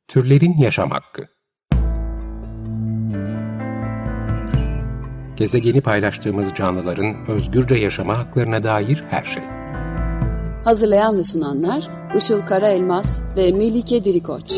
Türlerin yaşam hakkı. Gezegeni paylaştığımız canlıların özgürce yaşama haklarına dair her şey. Hazırlayan ve sunanlar Işıl Karaelmaz ve Melike Dirikoç.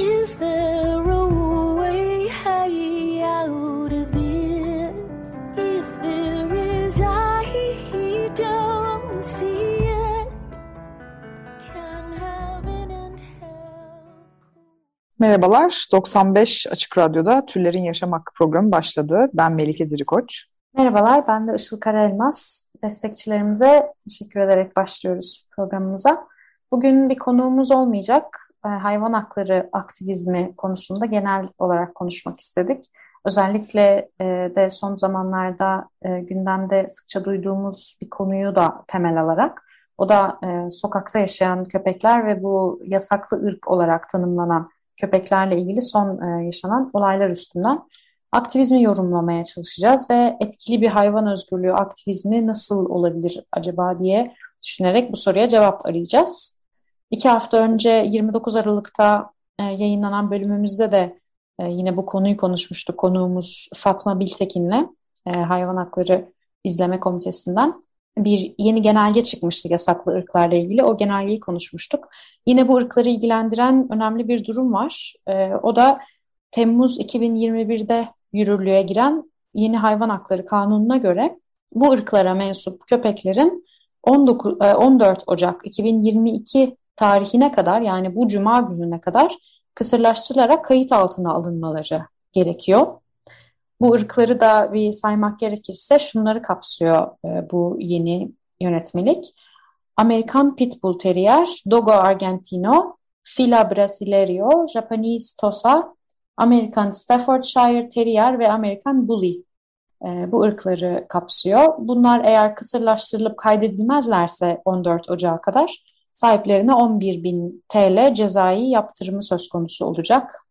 Merhabalar, 95 Açık Radyo'da Türlerin Yaşam Hakkı programı başladı. Ben Melike Dirikoç. Merhabalar, ben de Işıl Karaelmaz. Destekçilerimize teşekkür ederek başlıyoruz programımıza. Bugün bir konuğumuz olmayacak. Hayvan hakları aktivizmi konusunda genel olarak konuşmak istedik. Özellikle de son zamanlarda gündemde sıkça duyduğumuz bir konuyu da temel alarak, o da sokakta yaşayan köpekler ve bu yasaklı ırk olarak tanımlanan köpeklerle ilgili son yaşanan olaylar üstünden aktivizmi yorumlamaya çalışacağız ve etkili bir hayvan özgürlüğü aktivizmi nasıl olabilir acaba diye düşünerek bu soruya cevap arayacağız. 2 hafta önce 29 Aralık'ta yayınlanan bölümümüzde de yine bu konuyu konuşmuştuk. Konuğumuz Fatma Biltekin'le Hayvan Hakları İzleme Komitesi'nden bir yeni genelge çıkmıştı yasaklı ırklarla ilgili. O genelgeyi konuşmuştuk. Yine bu ırkları ilgilendiren önemli bir durum var. O da Temmuz 2021'de yürürlüğe giren yeni hayvan hakları kanununa göre bu ırklara mensup köpeklerin 14 Ocak 2022 tarihine kadar, yani bu cuma gününe kadar kısırlaştırılarak kayıt altına alınmaları gerekiyor. Bu ırkları da bir saymak gerekirse şunları kapsıyor bu yeni yönetmelik. Amerikan Pitbull Terrier, Dogo Argentino, Fila Brasileiro, Japanese Tosa, Amerikan Staffordshire Terrier ve Amerikan Bully bu ırkları kapsıyor. Bunlar eğer kısırlaştırılıp kaydedilmezlerse 14 Ocak'a kadar sahiplerine 11.000 TL cezai yaptırımı söz konusu olacak.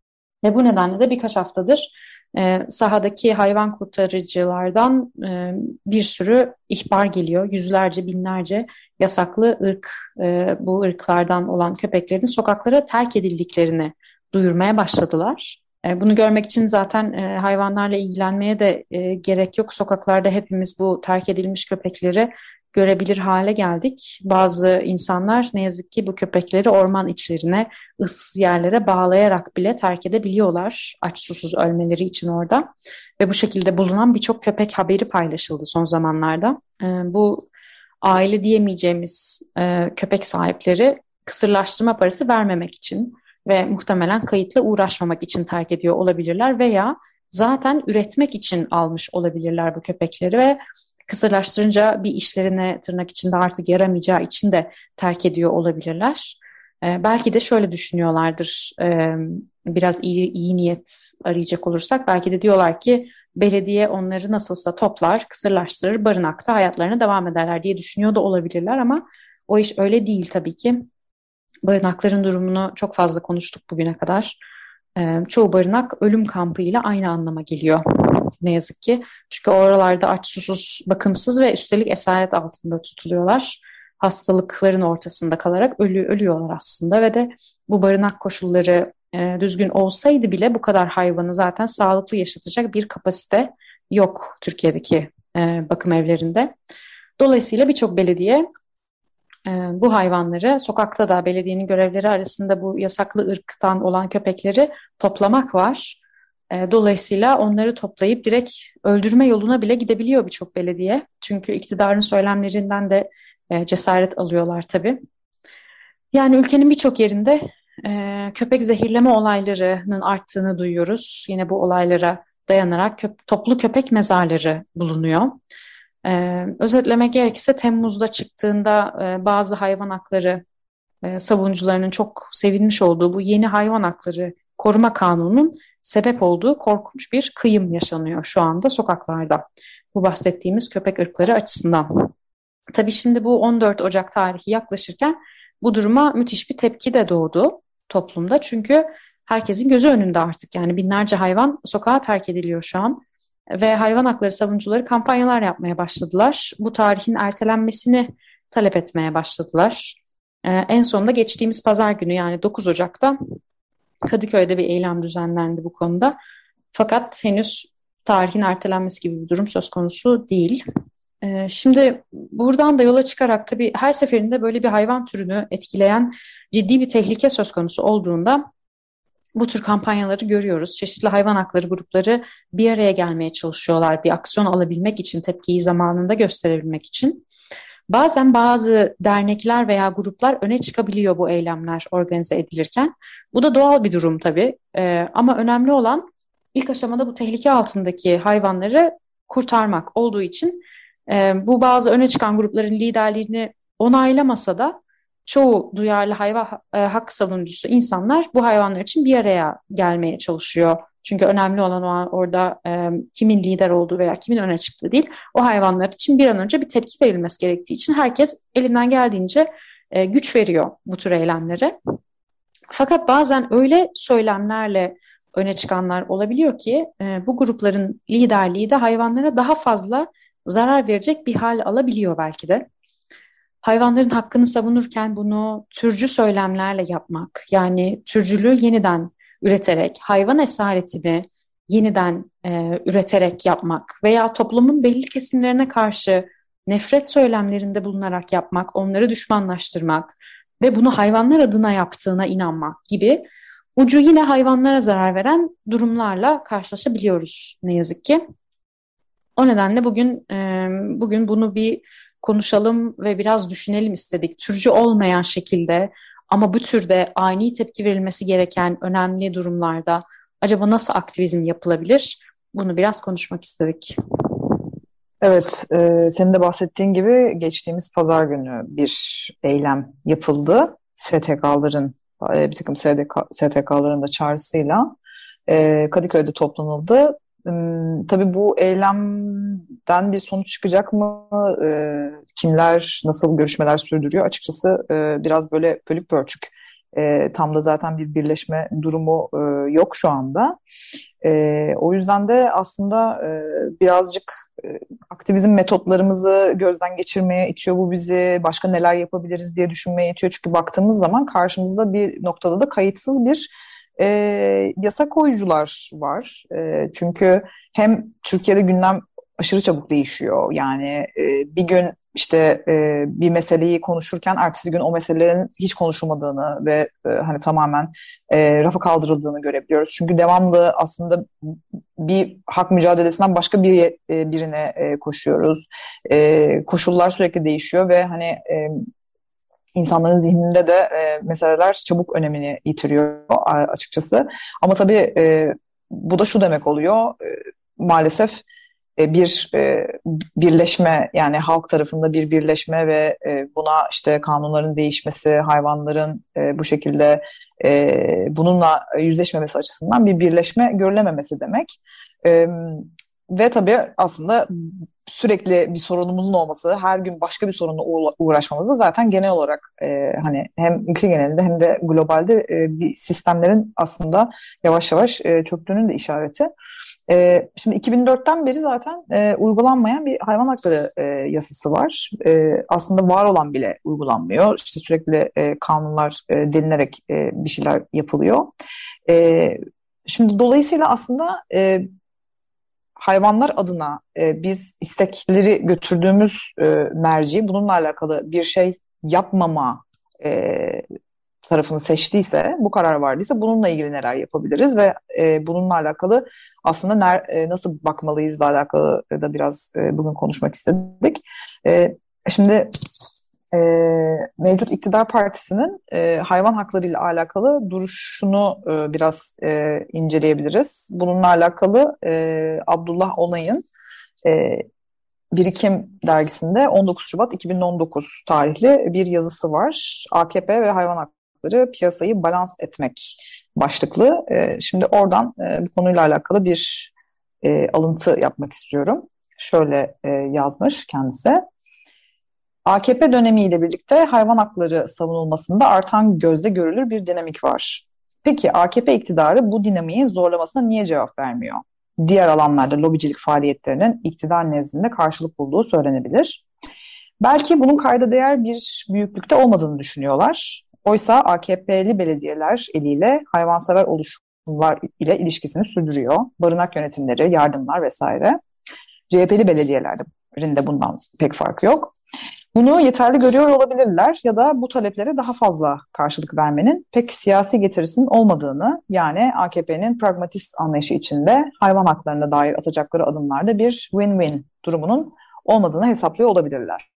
Ve bu nedenle de birkaç haftadır sahadaki hayvan kurtarıcılardan bir sürü ihbar geliyor. Yüzlerce, binlerce yasaklı ırk, bu ırklardan olan köpeklerin sokaklara terk edildiklerini duyurmaya başladılar. Bunu görmek için zaten hayvanlarla ilgilenmeye de gerek yok. Sokaklarda hepimiz bu terk edilmiş köpekleri görebilir hale geldik. Bazı insanlar ne yazık ki bu köpekleri orman içlerine, ıssız yerlere bağlayarak bile terk edebiliyorlar. Aç susuz ölmeleri için orada. Ve bu şekilde bulunan birçok köpek haberi paylaşıldı son zamanlarda. Bu aile diyemeyeceğimiz köpek sahipleri kısırlaştırma parası vermemek için ve muhtemelen kayıtla uğraşmamak için terk ediyor olabilirler veya zaten üretmek için almış olabilirler bu köpekleri ve kısırlaştırınca bir işlerine tırnak içinde artık yaramayacağı için de terk ediyor olabilirler. Belki de şöyle düşünüyorlardır, biraz iyi niyet arayacak olursak, belki de diyorlar ki belediye onları nasılsa toplar, kısırlaştırır, barınakta hayatlarına devam ederler diye düşünüyor da olabilirler ama o iş öyle değil tabii ki. Barınakların durumunu çok fazla konuştuk bugüne kadar. Çoğu barınak ölüm kampı ile aynı anlama geliyor ne yazık ki. Çünkü oralarda aç susuz, bakımsız ve üstelik esaret altında tutuluyorlar. Hastalıkların ortasında kalarak ölüyorlar aslında ve de bu barınak koşulları düzgün olsaydı bile bu kadar hayvanı zaten sağlıklı yaşatacak bir kapasite yok Türkiye'deki bakım evlerinde. Dolayısıyla birçok belediye bu hayvanları sokakta da belediyenin görevleri arasında bu yasaklı ırktan olan köpekleri toplamak var. Dolayısıyla onları toplayıp direkt öldürme yoluna bile gidebiliyor birçok belediye. Çünkü iktidarın söylemlerinden de cesaret alıyorlar tabii. Yani ülkenin birçok yerinde köpek zehirleme olaylarının arttığını duyuyoruz. Yine bu olaylara dayanarak toplu köpek mezarları bulunuyor. Özetlemek gerekirse Temmuz'da çıktığında bazı hayvan hakları savunucularının çok sevinmiş olduğu bu yeni hayvan hakları koruma kanununun sebep olduğu korkunç bir kıyım yaşanıyor şu anda sokaklarda. Bu bahsettiğimiz köpek ırkları açısından. Tabii şimdi bu 14 Ocak tarihi yaklaşırken bu duruma müthiş bir tepki de doğdu toplumda. Çünkü herkesin gözü önünde artık, yani binlerce hayvan sokağa terk ediliyor şu an. Ve hayvan hakları savunucuları kampanyalar yapmaya başladılar. Bu tarihin ertelenmesini talep etmeye başladılar. En sonunda geçtiğimiz pazar günü, yani 9 Ocak'ta Kadıköy'de bir eylem düzenlendi bu konuda. Fakat henüz tarihin ertelenmesi gibi bir durum söz konusu değil. Şimdi buradan da yola çıkarak tabii her seferinde böyle bir hayvan türünü etkileyen ciddi bir tehlike söz konusu olduğunda bu tür kampanyaları görüyoruz. Çeşitli hayvan hakları grupları bir araya gelmeye çalışıyorlar bir aksiyon alabilmek için, tepkiyi zamanında gösterebilmek için. Bazen bazı dernekler veya gruplar öne çıkabiliyor bu eylemler organize edilirken. Bu da doğal bir durum tabii. Ama önemli olan ilk aşamada bu tehlike altındaki hayvanları kurtarmak olduğu için bu bazı öne çıkan grupların liderliğini onaylamasa da çoğu duyarlı hayvan hak savunucusu insanlar bu hayvanlar için bir araya gelmeye çalışıyor. Çünkü önemli olan orada kimin lider olduğu veya kimin öne çıktığı değil, o hayvanlar için bir an önce bir tepki verilmesi gerektiği için herkes elinden geldiğince güç veriyor bu tür eylemlere. Fakat bazen öyle söylemlerle öne çıkanlar olabiliyor ki bu grupların liderliği de hayvanlara daha fazla zarar verecek bir hal alabiliyor belki de. Hayvanların hakkını savunurken bunu türcü söylemlerle yapmak, yani türcülüğü yeniden üreterek, hayvan esaretini yeniden üreterek yapmak veya toplumun belli kesimlerine karşı nefret söylemlerinde bulunarak yapmak, onları düşmanlaştırmak ve bunu hayvanlar adına yaptığına inanmak gibi ucu yine hayvanlara zarar veren durumlarla karşılaşabiliyoruz ne yazık ki. O nedenle bugün bunu bir konuşalım ve biraz düşünelim istedik. Türcü olmayan şekilde ama bu türde ani tepki verilmesi gereken önemli durumlarda acaba nasıl aktivizm yapılabilir? Bunu biraz konuşmak istedik. Evet, senin de bahsettiğin gibi geçtiğimiz pazar günü bir eylem yapıldı. STK'ların, bir takım STK'ların da çağrısıyla Kadıköy'de toplanıldı. Tabii bu eylemden bir sonuç çıkacak mı? Kimler nasıl görüşmeler sürdürüyor? Açıkçası biraz böyle bölük pörçük. Tam da zaten bir birleşme durumu yok şu anda. O yüzden de aslında birazcık aktivizm metotlarımızı gözden geçirmeye itiyor bu bizi. Başka neler yapabiliriz diye düşünmeye itiyor. Çünkü baktığımız zaman karşımızda bir noktada da kayıtsız bir yasa koyucular var. Çünkü hem Türkiye'de gündem aşırı çabuk değişiyor. Yani bir gün işte bir meseleyi konuşurken ertesi gün o meselelerin hiç konuşulmadığını ve hani tamamen rafa kaldırıldığını görebiliyoruz. Çünkü devamlı aslında bir hak mücadelesinden başka birine koşuyoruz. Koşullar sürekli değişiyor ve hani İnsanların zihninde de meseleler çabuk önemini yitiriyor açıkçası. Ama tabii bu da şu demek oluyor. Maalesef bir birleşme, yani halk tarafında bir birleşme ve buna işte kanunların değişmesi, hayvanların bu şekilde bununla yüzleşmemesi açısından bir birleşme görülememesi demek. Ve tabii aslında sürekli bir sorunumuzun olması, her gün başka bir sorunla uğraşmamız da zaten genel olarak hani hem ülke genelinde hem de globalde bir sistemlerin aslında yavaş yavaş çöktüğünün de işareti. Şimdi 2004'ten beri zaten uygulanmayan bir hayvan hakları yasası var. Aslında var olan bile uygulanmıyor. İşte sürekli kanunlar delinerek bir şeyler yapılıyor. Şimdi dolayısıyla aslında hayvanlar adına biz istekleri götürdüğümüz merci bununla alakalı bir şey yapmama tarafını seçtiyse, bu karar vardıysa bununla ilgili neler yapabiliriz ve bununla alakalı aslında nasıl bakmalıyızla alakalı da biraz bugün konuşmak istedik. Şimdi mevcut iktidar partisinin hayvan hakları ile alakalı duruşunu biraz inceleyebiliriz. Bununla alakalı Abdullah Onay'ın Birikim dergisinde 19 Şubat 2019 tarihli bir yazısı var. AKP ve hayvan hakları piyasayı balans etmek başlıklı. Şimdi oradan bu konuyla alakalı bir alıntı yapmak istiyorum. Şöyle yazmış kendisi. AKP dönemiyle birlikte hayvan hakları savunulmasında artan gözle görülür bir dinamik var. Peki AKP iktidarı bu dinamiğin zorlamasına niye cevap vermiyor? Diğer alanlarda lobicilik faaliyetlerinin iktidar nezdinde karşılık bulduğu söylenebilir. Belki bunun kayda değer bir büyüklükte olmadığını düşünüyorlar. Oysa AKP'li belediyeler eliyle hayvansever oluşumlar ile ilişkisini sürdürüyor. Barınak yönetimleri, yardımlar vesaire. CHP'li belediyelerin de bundan pek farkı yok. Bunu yeterli görüyor olabilirler ya da bu taleplere daha fazla karşılık vermenin pek siyasi getirisinin olmadığını, yani AKP'nin pragmatist anlayışı içinde hayvan haklarına dair atacakları adımlarda bir win-win durumunun olmadığını hesaplıyor olabilirler.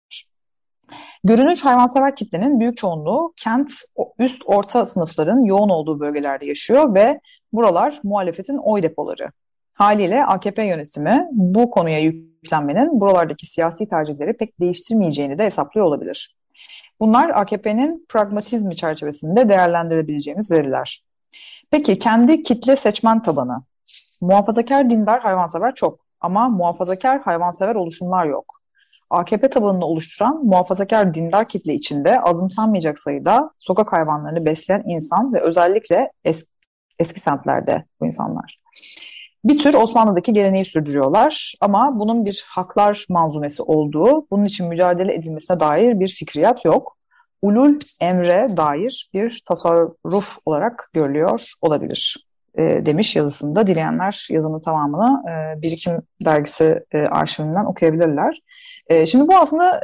Görünür hayvansever kitlenin büyük çoğunluğu kent, üst orta sınıfların yoğun olduğu bölgelerde yaşıyor ve buralar muhalefetin oy depoları. Haliyle AKP yönetimi bu konuya yüklenmenin buralardaki siyasi tercihleri pek değiştirmeyeceğini de hesaplıyor olabilir. Bunlar AKP'nin pragmatizmi çerçevesinde değerlendirebileceğimiz veriler. Peki kendi kitle seçmen tabanı. Muhafazakar dindar hayvansever çok ama muhafazakar hayvansever oluşumlar yok. AKP tabanını oluşturan muhafazakar dindar kitle içinde azımsanmayacak sayıda sokak hayvanlarını besleyen insan ve özellikle eski semtlerde bu insanlar. Bir tür Osmanlı'daki geleneği sürdürüyorlar ama bunun bir haklar manzumesi olduğu, bunun için mücadele edilmesine dair bir fikriyat yok. Ulul emre dair bir tasarruf olarak görülüyor olabilir demiş yazısında. Dileyenler yazının tamamını Birikim Dergisi arşivinden okuyabilirler. Şimdi bu aslında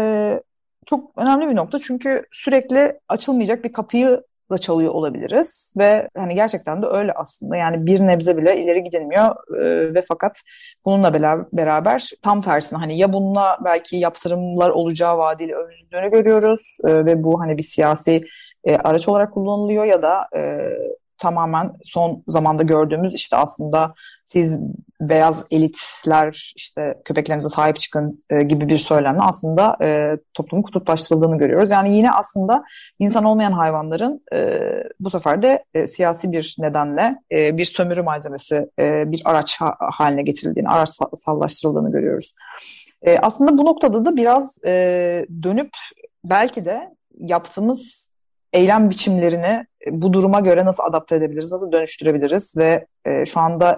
çok önemli bir nokta çünkü sürekli açılmayacak bir kapıyı da çalıyor olabiliriz ve hani gerçekten de öyle aslında, yani bir nebze bile ileri gidilmiyor ve fakat bununla beraber tam tersine hani ya bununla belki yaptırımlar olacağı vaadiyle övüldüğünü görüyoruz ve bu hani bir siyasi araç olarak kullanılıyor ya da tamamen son zamanda gördüğümüz işte aslında siz beyaz elitler işte köpeklerinize sahip çıkın gibi bir söylemle aslında toplumun kutuplaştırıldığını görüyoruz. Yani yine aslında insan olmayan hayvanların bu sefer de siyasi bir nedenle bir sömürü malzemesi, bir araç haline getirildiğini, araç sallaştırıldığını görüyoruz. Aslında bu noktada da biraz dönüp belki de yaptığımız eylem biçimlerini bu duruma göre nasıl adapte edebiliriz, nasıl dönüştürebiliriz ve şu anda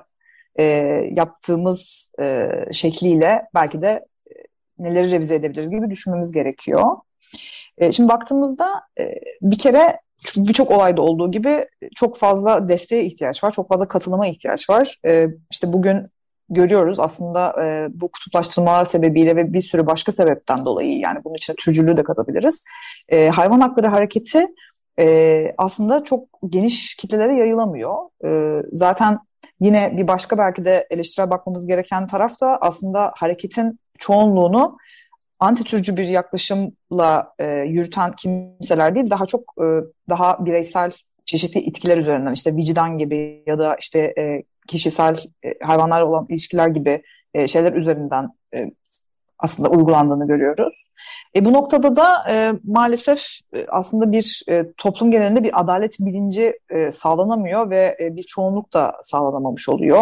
yaptığımız şekliyle belki de neleri revize edebiliriz gibi düşünmemiz gerekiyor. Şimdi baktığımızda bir kere birçok olayda olduğu gibi çok fazla desteğe ihtiyaç var, çok fazla katılıma ihtiyaç var. İşte bugün görüyoruz aslında bu kutuplaştırmalar sebebiyle ve bir sürü başka sebepten dolayı, yani bunun içine türcülüğü de katabiliriz. Hayvan hakları hareketi aslında çok geniş kitlelere yayılamıyor. Zaten yine bir başka belki de eleştirel bakmamız gereken taraf da aslında hareketin çoğunluğunu antitürcü bir yaklaşımla yürüten kimseler değil, daha çok daha bireysel çeşitli itkiler üzerinden, işte vicdan gibi ya da işte kişisel hayvanlarla olan ilişkiler gibi şeyler üzerinden aslında uygulandığını görüyoruz. Bu noktada da maalesef aslında bir toplum genelinde bir adalet bilinci sağlanamıyor ve bir çoğunluk da sağlanamamış oluyor.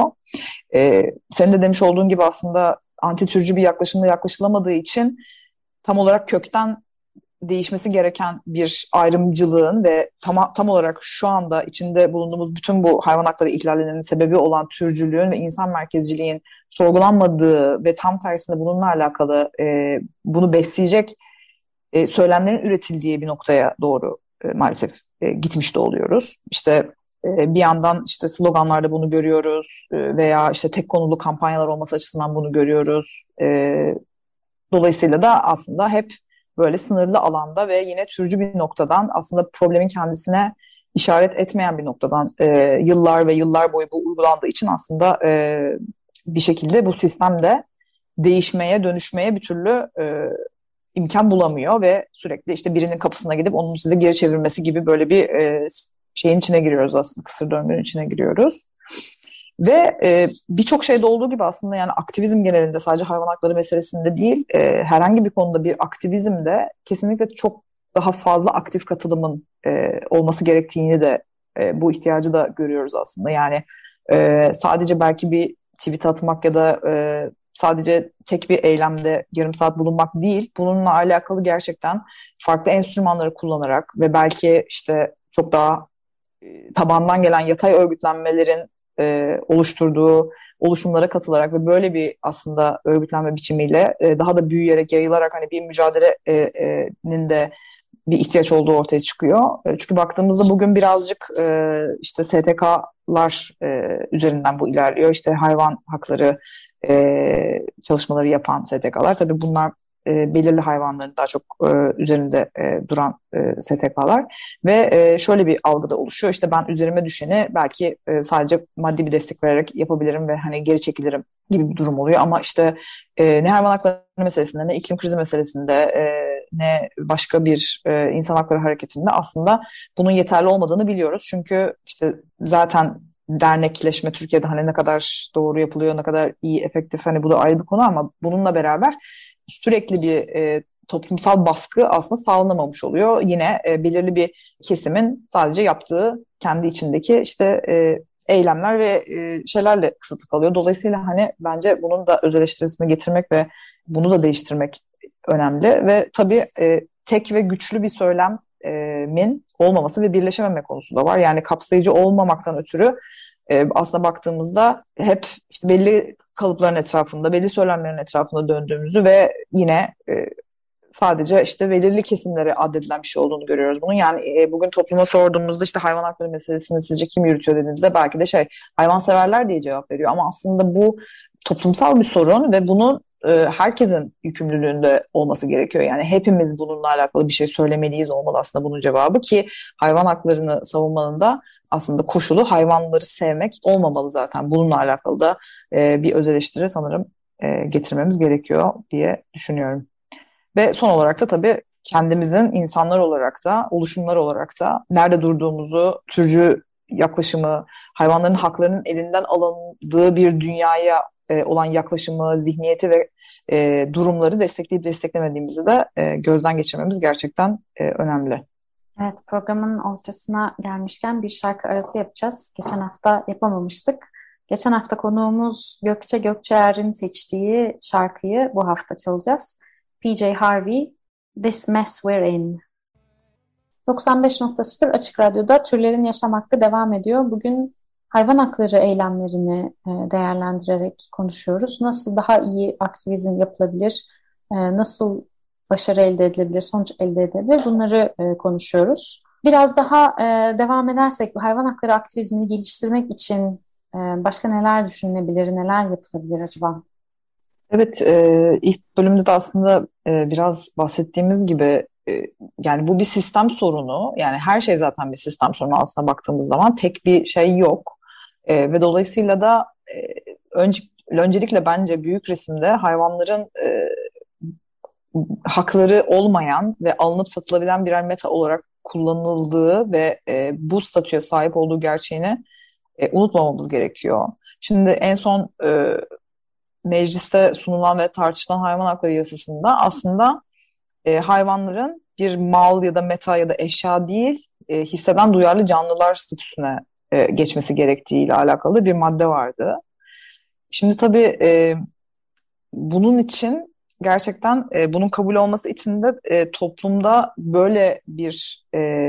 Senin de demiş olduğun gibi aslında antitürcü bir yaklaşımla yaklaşılamadığı için tam olarak kökten değişmesi gereken bir ayrımcılığın ve tam olarak şu anda içinde bulunduğumuz bütün bu hayvan hakları ihlallerinin sebebi olan türcülüğün ve insan merkezciliğin sorgulanmadığı ve tam tersine bununla alakalı bunu besleyecek söylemlerin üretildiği bir noktaya doğru maalesef gitmiş de oluyoruz. İşte bir yandan işte sloganlarda bunu görüyoruz veya işte tek konulu kampanyalar olması açısından bunu görüyoruz. Dolayısıyla da aslında hep böyle sınırlı alanda ve yine türcü bir noktadan, aslında problemin kendisine işaret etmeyen bir noktadan yıllar ve yıllar boyu bu uygulandığı için aslında bir şekilde bu sistem de değişmeye, dönüşmeye bir türlü imkan bulamıyor ve sürekli işte birinin kapısına gidip onun size geri çevirmesi gibi böyle bir şeyin içine giriyoruz aslında, kısır döngünün içine giriyoruz. Ve birçok şeyde olduğu gibi aslında yani aktivizm genelinde, sadece hayvan hakları meselesinde değil, herhangi bir konuda bir aktivizmde kesinlikle çok daha fazla aktif katılımın olması gerektiğini de bu ihtiyacı da görüyoruz aslında. Yani sadece belki bir tweet atmak ya da sadece tek bir eylemde yarım saat bulunmak değil, bununla alakalı gerçekten farklı enstrümanları kullanarak ve belki işte çok daha tabandan gelen yatay örgütlenmelerin oluşturduğu oluşumlara katılarak ve böyle bir aslında örgütlenme biçimiyle daha da büyüyerek, yayılarak hani bir mücadelenin de bir ihtiyaç olduğu ortaya çıkıyor. Çünkü baktığımızda bugün birazcık işte STK'lar üzerinden bu ilerliyor. İşte hayvan hakları çalışmaları yapan STK'lar. Tabii bunlar belirli hayvanların daha çok üzerinde duran STK'lar ve şöyle bir algıda oluşuyor. İşte ben üzerime düşeni belki sadece maddi bir destek vererek yapabilirim ve hani geri çekilirim gibi bir durum oluyor. Ama işte ne hayvan hakları meselesinde, ne iklim krizi meselesinde, ne başka bir insan hakları hareketinde aslında bunun yeterli olmadığını biliyoruz. Çünkü işte zaten dernekleşme Türkiye'de hani ne kadar doğru yapılıyor, ne kadar iyi, efektif, hani bu da ayrı bir konu ama bununla beraber sürekli bir toplumsal baskı aslında sağlanamamış oluyor. Yine belirli bir kesimin sadece yaptığı kendi içindeki işte eylemler ve şeylerle kısıtlı kalıyor. Dolayısıyla hani bence bunun da öz eleştirisini getirmek ve bunu da değiştirmek önemli ve tabii tek ve güçlü bir söylemin olmaması ve birleşememe konusu da var. Yani kapsayıcı olmamaktan ötürü aslında baktığımızda hep işte belli kalıpların etrafında, belli söylemlerin etrafında döndüğümüzü ve yine sadece işte belirli kesimlere addedilen bir şey olduğunu görüyoruz bunun. Yani bugün topluma sorduğumuzda işte hayvan hakları meselesini sizce kim yürütüyor dediğimizde belki de hayvanseverler diye cevap veriyor. Ama aslında bu toplumsal bir sorun ve bunun herkesin yükümlülüğünde olması gerekiyor. Yani hepimiz bununla alakalı bir şey söylemeliyiz olmalı aslında bunun cevabı ki hayvan haklarını savunmanın da aslında koşulu hayvanları sevmek olmamalı zaten. Bununla alakalı da bir öz eleştiri sanırım getirmemiz gerekiyor diye düşünüyorum. Ve son olarak da tabii kendimizin insanlar olarak da, oluşumlar olarak da nerede durduğumuzu, türcü yaklaşımı, hayvanların haklarının elinden alındığı bir dünyaya olan yaklaşımı, zihniyeti ve durumları destekleyip desteklemediğimizi de gözden geçirmemiz gerçekten önemli. Evet, programın ortasına gelmişken bir şarkı arası yapacağız. Geçen hafta yapamamıştık. Geçen hafta konuğumuz Gökçe Gökçeer'in seçtiği şarkıyı bu hafta çalacağız. PJ Harvey, This Mess We're In. 95.0 Açık Radyo'da Türlerin Yaşam Hakkı devam ediyor. Bugün hayvan hakları eylemlerini değerlendirerek konuşuyoruz. Nasıl daha iyi aktivizm yapılabilir, nasıl başarı elde edilebilir, sonuç elde edilebilir bunları konuşuyoruz. Biraz daha devam edersek hayvan hakları aktivizmini geliştirmek için başka neler düşünülebilir, neler yapılabilir acaba? Evet, ilk bölümde de aslında biraz bahsettiğimiz gibi yani bu bir sistem sorunu. Yani her şey zaten bir sistem sorunu aslında baktığımız zaman tek bir şey yok. Ve dolayısıyla da öncelikle bence büyük resimde hayvanların hakları olmayan ve alınıp satılabilen birer meta olarak kullanıldığı ve bu statüye sahip olduğu gerçeğini unutmamamız gerekiyor. Şimdi en son mecliste sunulan ve tartışılan hayvan hakları yasasında aslında hayvanların bir mal ya da meta ya da eşya değil, hisseden duyarlı canlılar statüsüne geçmesi gerektiğiyle alakalı bir madde vardı. Şimdi tabii bunun için gerçekten bunun kabul olması için de toplumda böyle bir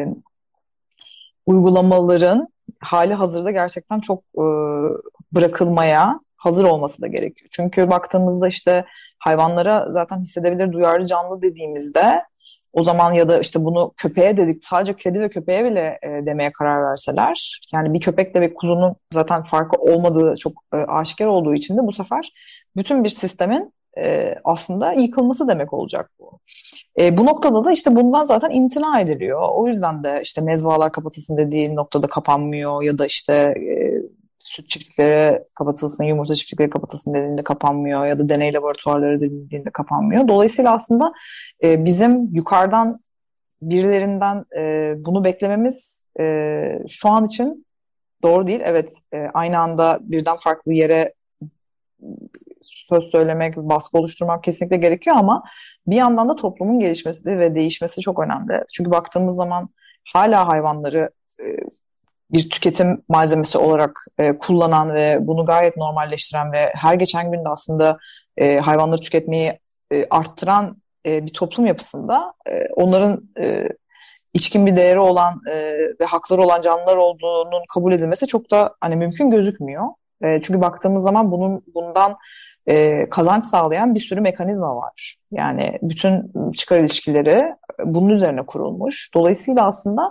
uygulamaların hali hazırda gerçekten çok bırakılmaya hazır olması da gerekiyor. Çünkü baktığımızda işte hayvanlara zaten hissedebilir duyarlı canlı dediğimizde o zaman ya da işte bunu köpeğe dedik sadece kedi ve köpeğe bile demeye karar verseler yani bir köpekle bir kuzunun zaten farkı olmadığı çok aşikar olduğu için de bu sefer bütün bir sistemin aslında yıkılması demek olacak bu. Bu noktada da işte bundan zaten imtina ediliyor. O yüzden de işte mezbahalar kapatılsın dediği noktada kapanmıyor ya da işte süt çiftlikleri kapatılsın, yumurta çiftlikleri kapatılsın dediğinde kapanmıyor ya da deney laboratuvarları dediğinde kapanmıyor. Dolayısıyla aslında bizim yukarıdan birilerinden bunu beklememiz şu an için doğru değil. Evet, aynı anda birden farklı yere söz söylemek, baskı oluşturmak kesinlikle gerekiyor ama bir yandan da toplumun gelişmesi ve değişmesi çok önemli. Çünkü baktığımız zaman hala hayvanları bir tüketim malzemesi olarak kullanan ve bunu gayet normalleştiren ve her geçen gün de aslında hayvanları tüketmeyi arttıran bir toplum yapısında onların içkin bir değeri olan ve hakları olan canlılar olduğunun kabul edilmesi çok da hani mümkün gözükmüyor. Çünkü baktığımız zaman bundan kazanç sağlayan bir sürü mekanizma var. Yani bütün çıkar ilişkileri bunun üzerine kurulmuş. Dolayısıyla aslında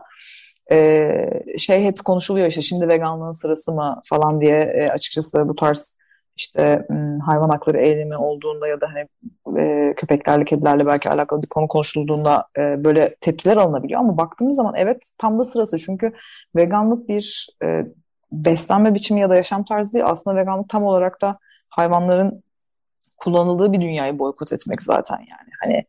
hep konuşuluyor işte şimdi veganlığın sırası mı falan diye, açıkçası bu tarz işte hayvan hakları eylemi olduğunda ya da hani köpeklerle kedilerle belki alakalı bir konu konuşulduğunda böyle tepkiler alınabiliyor ama baktığımız zaman evet tam da sırası, çünkü veganlık bir beslenme biçimi ya da yaşam tarzı değil. Aslında veganlık tam olarak da hayvanların kullanıldığı bir dünyayı boykot etmek zaten yani. Hani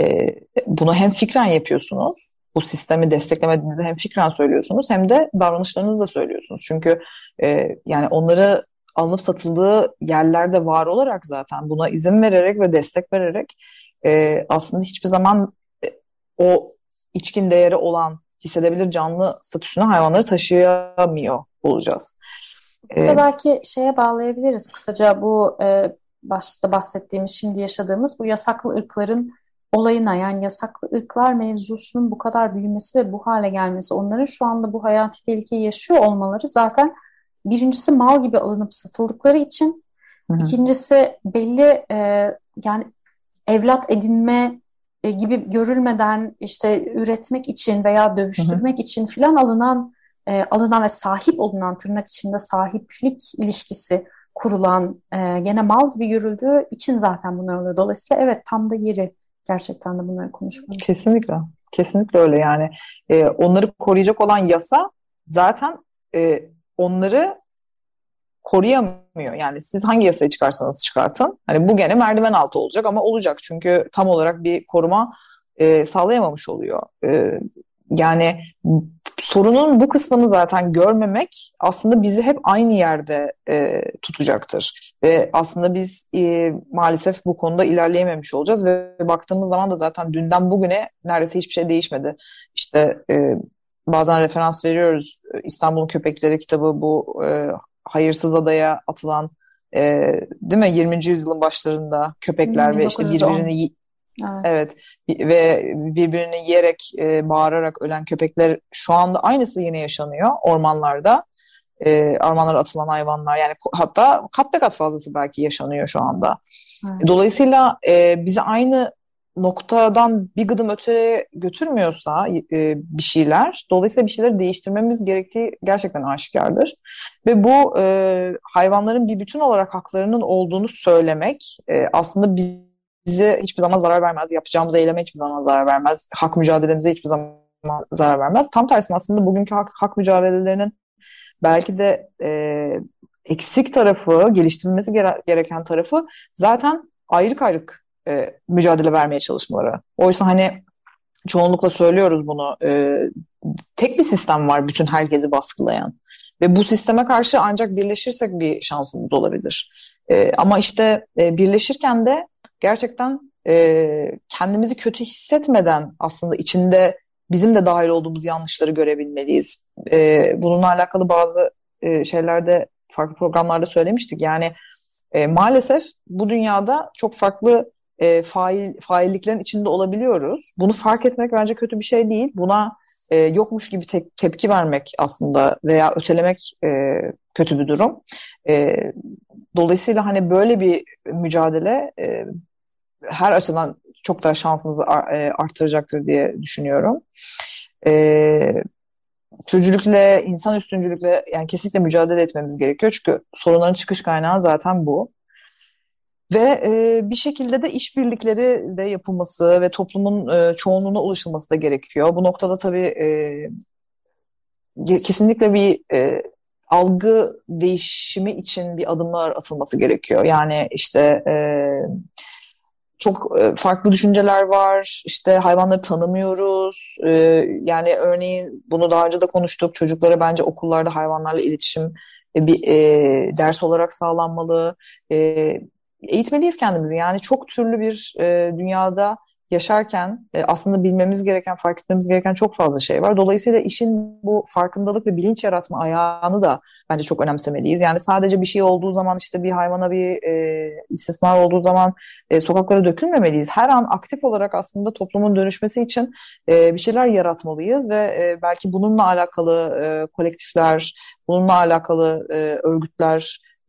bunu hem fikren yapıyorsunuz, bu sistemi desteklemediğinizi hem fikren söylüyorsunuz hem de davranışlarınızla söylüyorsunuz. Çünkü yani onları alınıp satıldığı yerlerde var olarak zaten buna izin vererek ve destek vererek aslında hiçbir zaman o içkin değeri olan hissedebilir canlı statüsüne hayvanları taşıyamıyor olacağız. Burada belki şeye bağlayabiliriz kısaca bu başta bahsettiğimiz, şimdi yaşadığımız bu yasaklı ırkların olayına, yani yasaklı ırklar mevzusunun bu kadar büyümesi ve bu hale gelmesi, onların şu anda bu hayati tehlikeyi yaşıyor olmaları zaten birincisi mal gibi alınıp satıldıkları için, ikincisi belli yani evlat edinme gibi görülmeden işte üretmek için veya dövüştürmek için filan alınan ve sahip olunan, tırnak içinde sahiplik ilişkisi kurulan, gene mal gibi görüldüğü için zaten bunlar oluyor. Dolayısıyla evet, tam da yeri gerçekten de bunları konuşmanın. Kesinlikle. Kesinlikle öyle yani. Onları koruyacak olan yasa zaten onları koruyamıyor. Yani siz hangi yasayı çıkarsanız çıkartın. Hani bu gene merdiven altı olacak ama olacak. Çünkü tam olarak bir koruma sağlayamamış oluyor. Yani sorunun bu kısmını zaten görmemek aslında bizi hep aynı yerde tutacaktır. Ve aslında biz maalesef bu konuda ilerleyememiş olacağız ve baktığımız zaman da zaten dünden bugüne neredeyse hiçbir şey değişmedi. İşte bazen referans veriyoruz. İstanbul'un Köpekleri kitabı, bu hayırsız adaya atılan değil mi? 20. yüzyılın başlarında köpekler ve işte 1910. birbirini evet ve birbirini yiyerek bağırarak ölen köpekler, şu anda aynısı yine yaşanıyor ormanlarda. Ormanlara atılan hayvanlar, yani hatta kat be kat fazlası belki yaşanıyor şu anda. Evet. Dolayısıyla bizi aynı noktadan bir gıdım öteye götürmüyorsa bir şeyler, dolayısıyla bir şeyleri değiştirmemiz gerektiği gerçekten aşikardır. Ve bu hayvanların bir bütün olarak haklarının olduğunu söylemek aslında bize hiçbir zaman zarar vermez. Yapacağımız eyleme hiçbir zaman zarar vermez. Hak mücadelemize hiçbir zaman zarar vermez. Tam tersine aslında bugünkü hak mücadelelerinin belki de eksik tarafı, geliştirilmesi gereken tarafı zaten ayrık ayrık mücadele vermeye çalışmaları. Oysa hani çoğunlukla söylüyoruz bunu. Tek bir sistem var bütün herkesi baskılayan. Ve bu sisteme karşı ancak birleşirsek bir şansımız olabilir. Ama işte birleşirken de gerçekten kendimizi kötü hissetmeden aslında içinde bizim de dahil olduğumuz yanlışları görebilmeliyiz. Bununla alakalı bazı şeylerde, farklı programlarda söylemiştik. Yani maalesef bu dünyada çok farklı failliklerin içinde olabiliyoruz. Bunu fark etmek bence kötü bir şey değil. Buna yokmuş gibi tepki vermek aslında veya ötelemek kötü bir durum. Dolayısıyla hani böyle bir mücadele her açıdan çok daha şansımızı arttıracaktır diye düşünüyorum. Türcülükle, insan üstüncülükle yani kesinlikle mücadele etmemiz gerekiyor. Çünkü sorunların çıkış kaynağı zaten bu. Ve bir şekilde de işbirlikleri de yapılması ve toplumun çoğunluğuna ulaşılması da gerekiyor. Bu noktada tabii kesinlikle bir algı değişimi için bir adımlar atılması gerekiyor. Yani işte çok farklı düşünceler var. İşte hayvanları tanımıyoruz. Yani örneğin bunu daha önce de konuştuk. Çocuklara bence okullarda hayvanlarla iletişim bir ders olarak sağlanmalı. Eğitmeliyiz kendimizi. Yani çok türlü bir dünyada yaşarken aslında bilmemiz gereken, fark etmemiz gereken çok fazla şey var. Dolayısıyla işin bu farkındalık ve bilinç yaratma ayağını da bence çok önemsemeliyiz. Yani sadece bir şey olduğu zaman, işte bir hayvana bir istismar olduğu zaman sokaklara dökülmemeliyiz. Her an aktif olarak aslında toplumun dönüşmesi için bir şeyler yaratmalıyız ve belki bununla alakalı kolektifler, bununla alakalı örgütler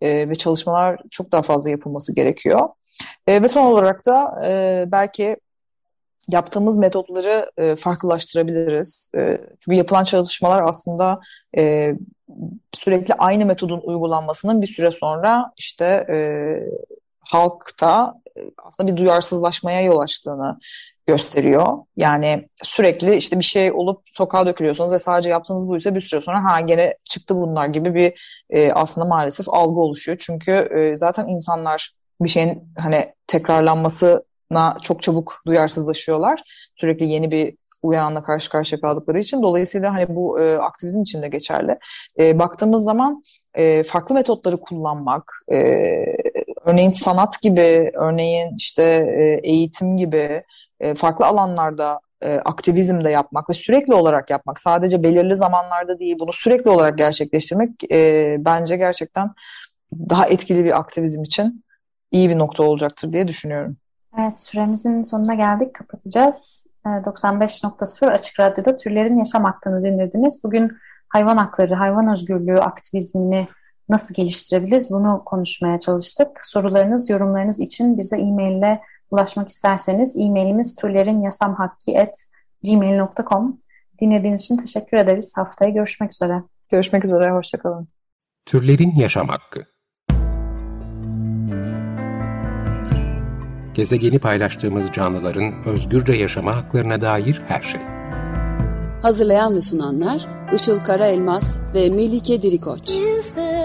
ve çalışmalar çok daha fazla yapılması gerekiyor. Ve son olarak da belki yaptığımız metotları farklılaştırabiliriz. Çünkü yapılan çalışmalar aslında sürekli aynı metodun uygulanmasının bir süre sonra işte halkta aslında bir duyarsızlaşmaya yol açtığını gösteriyor. Yani sürekli işte bir şey olup sokağa dökülüyorsunuz ve sadece yaptığınız buysa bir süre sonra gene çıktı bunlar gibi bir aslında maalesef algı oluşuyor. Çünkü zaten insanlar bir şeyin hani tekrarlanmasına çok çabuk duyarsızlaşıyorlar. Sürekli yeni bir uyananla karşı karşıya kaldıkları için. Dolayısıyla hani bu aktivizm için de geçerli. Baktığımız zaman farklı metotları kullanmak, örneğin sanat gibi, örneğin işte eğitim gibi farklı alanlarda aktivizm de yapmak ve sürekli olarak yapmak, sadece belirli zamanlarda değil, bunu sürekli olarak gerçekleştirmek bence gerçekten daha etkili bir aktivizm için iyi bir nokta olacaktır diye düşünüyorum. Evet, süremizin sonuna geldik. Kapatacağız. 95.0 Açık Radyo'da Türlerin Yaşam Hakkını dinlediniz. Bugün hayvan hakları, hayvan özgürlüğü aktivizmini nasıl geliştirebiliriz? Bunu konuşmaya çalıştık. Sorularınız, yorumlarınız için bize e-mail ulaşmak isterseniz e-mailimiz turlerinyasamhakki@gmail.com. Dinlediğiniz için teşekkür ederiz. Haftaya görüşmek üzere. Görüşmek üzere, hoşça kalın. Türlerin Yaşam Hakkı. Gezegeni paylaştığımız canlıların özgürce yaşama haklarına dair her şey. Hazırlayan ve sunanlar Işıl Karaelmaz ve Melike Dirikoç.